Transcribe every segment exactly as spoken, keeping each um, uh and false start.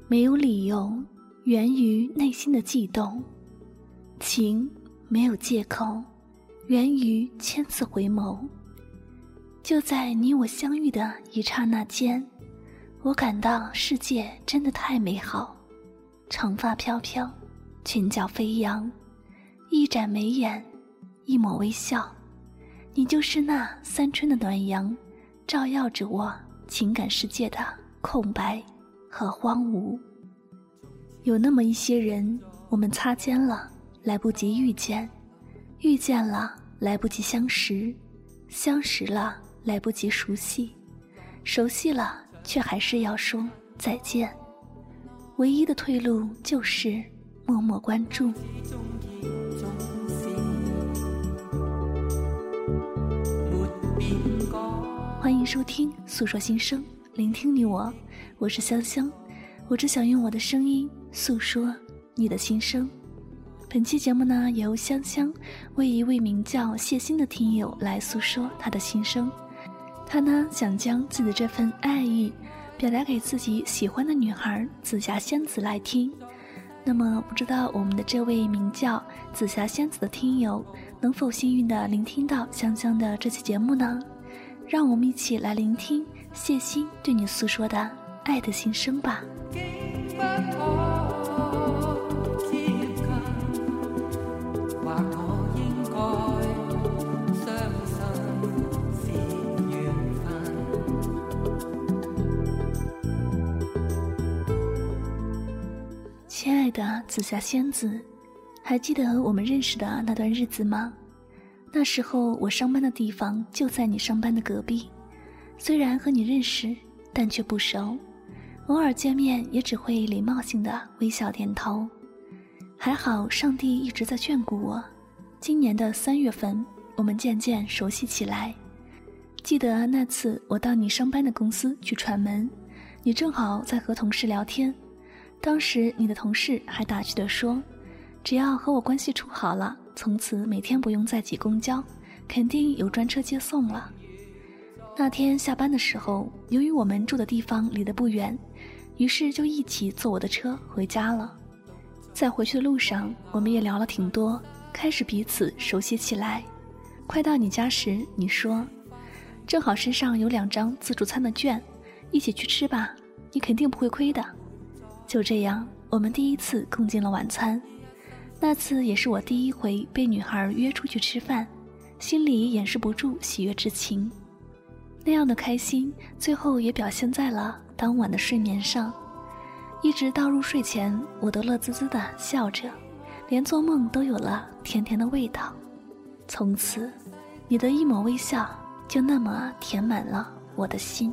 没有理由，源于内心的悸动；情没有借口，源于千次回眸。就在你我相遇的一刹那间，我感到世界真的太美好。长发飘飘，裙角飞扬，一展眉眼，一抹微笑，你就是那三春的暖阳，照耀着我情感世界的空白和荒芜。有那么一些人，我们擦肩了，来不及遇见；遇见了，来不及相识；相识了，来不及熟悉；熟悉了，却还是要说再见。唯一的退路就是默默关注。欢迎收听诉说心声，聆听你我，我是香香，我只想用我的声音诉说你的心声。本期节目呢，由香香为一位名叫谢欣的听友来诉说他的心声。他呢，想将自己的这份爱意表达给自己喜欢的女孩紫霞仙子来听。那么不知道我们的这位名叫紫霞仙子的听友能否幸运地聆听到香香的这期节目呢？让我们一起来聆听谢欣对你诉说的爱的心声吧。亲爱的紫霞仙子，还记得我们认识的那段日子吗？那时候我上班的地方就在你上班的隔壁，虽然和你认识，但却不熟，偶尔见面也只会礼貌性的微笑点头。还好上帝一直在眷顾我，今年的三月份我们渐渐熟悉起来。记得那次我到你上班的公司去串门，你正好在和同事聊天，当时你的同事还打趣地说，只要和我关系处好了，从此每天不用再挤公交，肯定有专车接送了。那天下班的时候，由于我们住的地方离得不远，于是就一起坐我的车回家了。在回去的路上，我们也聊了挺多，开始彼此熟悉起来。快到你家时，你说正好身上有两张自助餐的券，一起去吃吧，你肯定不会亏的。就这样，我们第一次共进了晚餐。那次也是我第一回被女孩约出去吃饭，心里掩饰不住喜悦之情。那样的开心，最后也表现在了当晚的睡眠上。一直到入睡前，我都乐滋滋地笑着，连做梦都有了甜甜的味道。从此，你的一抹微笑就那么填满了我的心。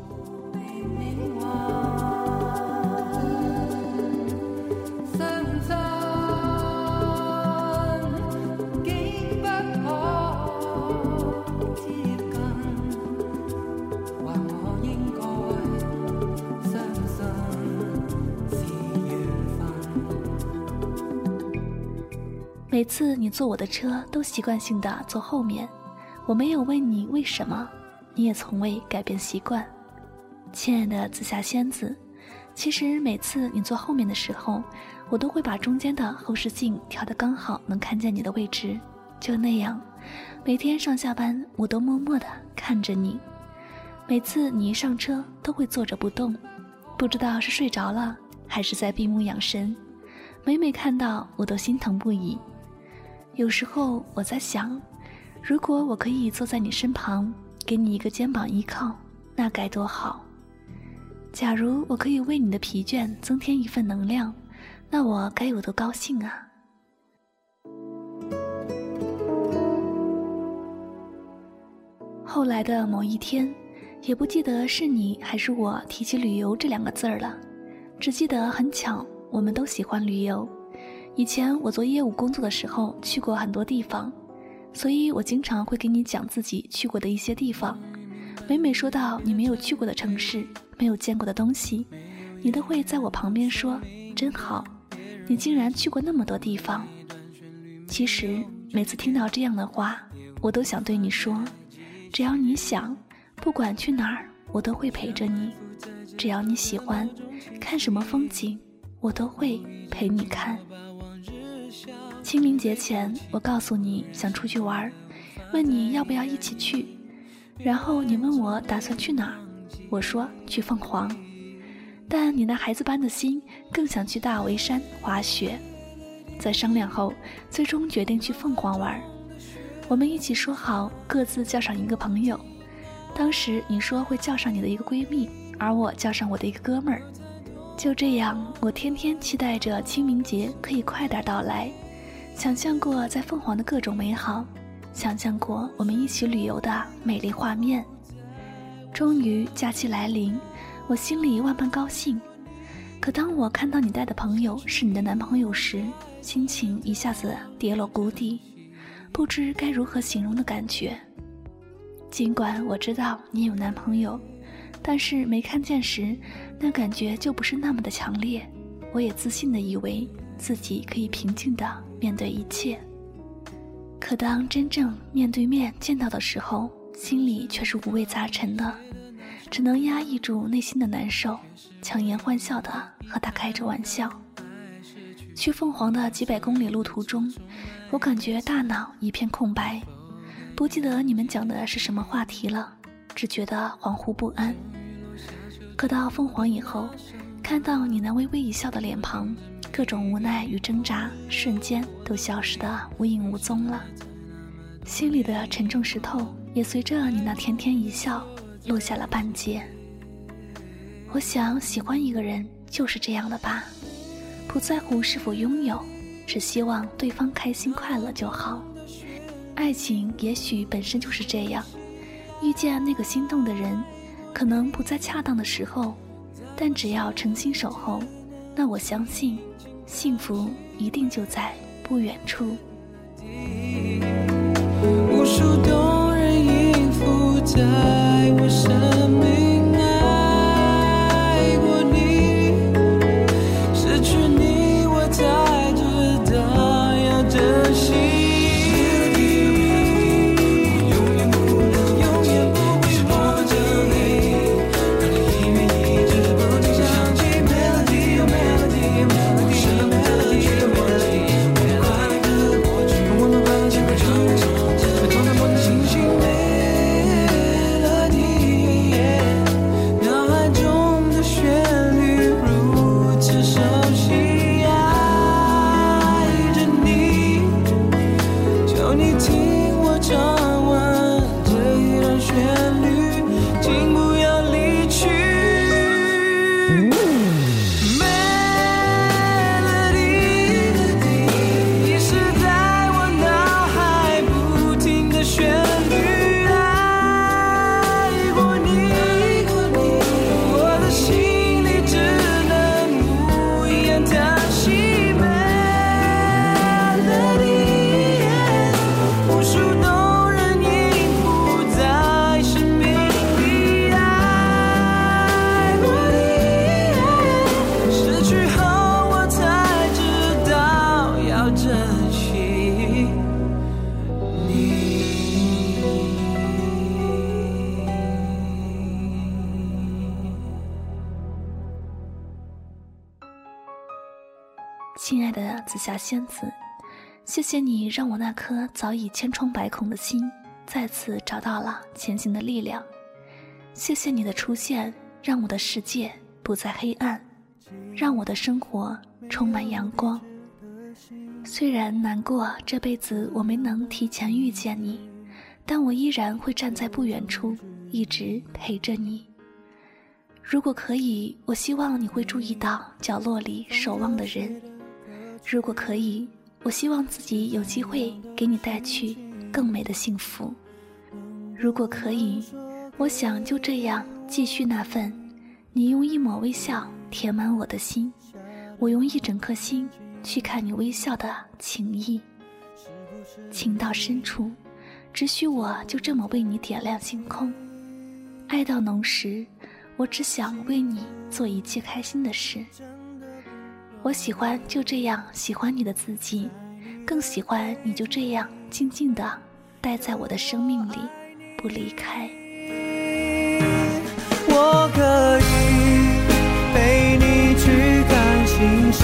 每次你坐我的车都习惯性地坐后面，我没有问你为什么，你也从未改变习惯。亲爱的紫霞仙子，其实每次你坐后面的时候，我都会把中间的后视镜调得刚好能看见你的位置，就那样每天上下班我都默默地看着你。每次你一上车都会坐着不动，不知道是睡着了还是在闭目养神，每每看到我都心疼不已。有时候我在想，如果我可以坐在你身旁，给你一个肩膀依靠，那该多好。假如我可以为你的疲倦增添一份能量，那我该有多高兴啊。后来的某一天，也不记得是你还是我提起旅游这两个字儿了，只记得很巧，我们都喜欢旅游。以前我做业务工作的时候去过很多地方，所以我经常会给你讲自己去过的一些地方。每每说到你没有去过的城市，没有见过的东西，你都会在我旁边说，真好，你竟然去过那么多地方。其实每次听到这样的话，我都想对你说，只要你想，不管去哪儿，我都会陪着你。只要你喜欢，看什么风景， 我都会陪你看。清明节前，我告诉你想出去玩，问你要不要一起去，然后你问我打算去哪儿，我说去凤凰，但你那孩子般的心更想去大围山滑雪。在商量后，最终决定去凤凰玩。我们一起说好各自叫上一个朋友，当时你说会叫上你的一个闺蜜，而我叫上我的一个哥们儿。就这样，我天天期待着清明节可以快点到来，想象过在凤凰的各种美好，想象过我们一起旅游的美丽画面。终于假期来临，我心里万般高兴。可当我看到你带的朋友是你的男朋友时，心情一下子跌落谷底，不知该如何形容的感觉。尽管我知道你有男朋友，但是没看见时，那感觉就不是那么的强烈。我也自信地以为自己可以平静地面对一切，可当真正面对面见到的时候，心里却是五味杂陈的，只能压抑住内心的难受，强颜欢笑地和他开着玩笑。去凤凰的几百公里路途中，我感觉大脑一片空白，不记得你们讲的是什么话题了，只觉得恍惚不安。可到凤凰以后，看到你那微微一笑的脸庞，各种无奈与挣扎瞬间都消失得无影无踪了，心里的沉重石头也随着你那甜甜一笑落下了半截。我想喜欢一个人就是这样的吧，不在乎是否拥有，只希望对方开心快乐就好。爱情也许本身就是这样，遇见那个心动的人，可能不在恰当的时候，但只要诚心守候，那我相信幸福一定就在不远处。无数动人音符在我生命，爱过你，失去你我才知道要珍惜。亲爱的紫霞仙子，谢谢你让我那颗早已千疮百孔的心再次找到了前行的力量。谢谢你的出现，让我的世界不再黑暗，让我的生活充满阳光。虽然难过这辈子我没能提前遇见你，但我依然会站在不远处，一直陪着你。如果可以，我希望你会注意到角落里守望的人。如果可以，我希望自己有机会给你带去更美的幸福。如果可以，我想就这样继续那份你用一抹微笑填满我的心，我用一整颗心去看你微笑的情意。情到深处，只许我就这么为你点亮星空。爱到浓时，我只想为你做一切开心的事。我喜欢就这样喜欢你的自己，更喜欢你就这样静静地待在我的生命里，不离开。 我可以陪你去看星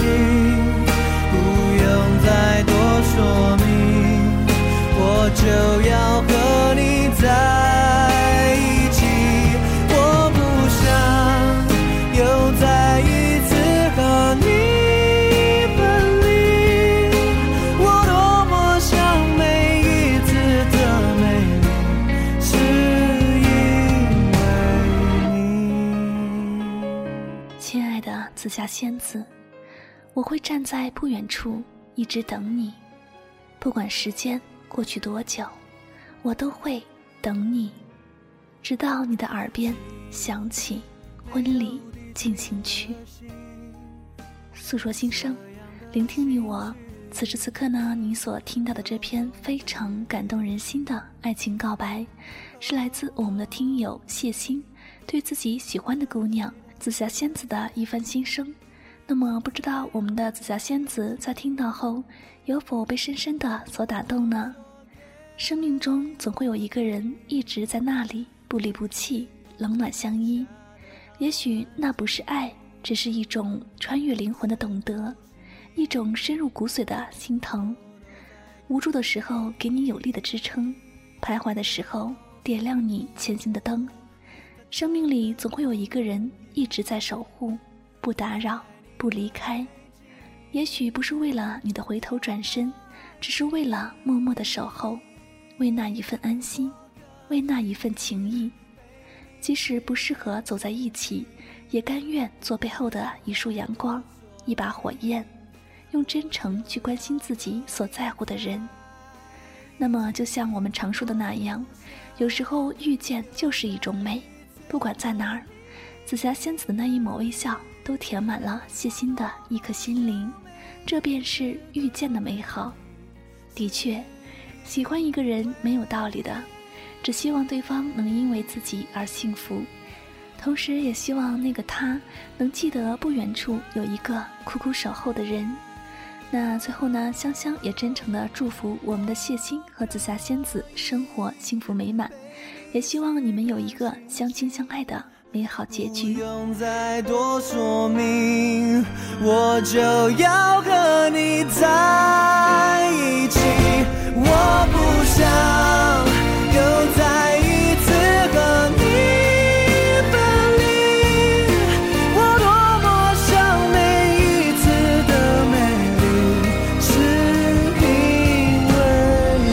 紫霞仙子，我会站在不远处一直等你，不管时间过去多久，我都会等你，直到你的耳边响起婚礼进行曲。诉说心声，聆听你我。此时此刻呢，你所听到的这篇非常感动人心的爱情告白，是来自我们的听友谢欣对自己喜欢的姑娘紫霞仙子的一番心声。那么不知道我们的紫霞仙子在听到后有否被深深的所打动呢？生命中总会有一个人一直在那里不离不弃，冷暖相依。也许那不是爱，只是一种穿越灵魂的懂得，一种深入骨髓的心疼。无助的时候给你有力的支撑，徘徊的时候点亮你前行的灯。生命里总会有一个人一直在守护，不打扰，不离开。也许不是为了你的回头转身，只是为了默默的守候，为那一份安心，为那一份情谊。即使不适合走在一起，也甘愿做背后的一束阳光，一把火焰，用真诚去关心自己所在乎的人。那么就像我们常说的那样，有时候遇见就是一种美，不管在哪儿，紫霞仙子的那一抹微笑都填满了谢欣的一颗心灵，这便是遇见的美好。的确，喜欢一个人没有道理的，只希望对方能因为自己而幸福，同时也希望那个他能记得不远处有一个苦苦守候的人。那最后呢，香香也真诚地祝福我们的谢欣和紫霞仙子生活幸福美满，也希望你们有一个相亲相爱的美好结局。 不用再多说明，我就要和你在一起，我不想又再一次和你分离，我多么想每一次的美丽是因为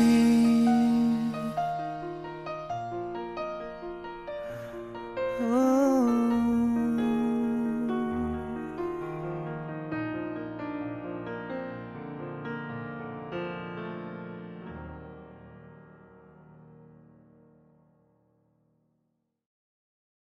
你。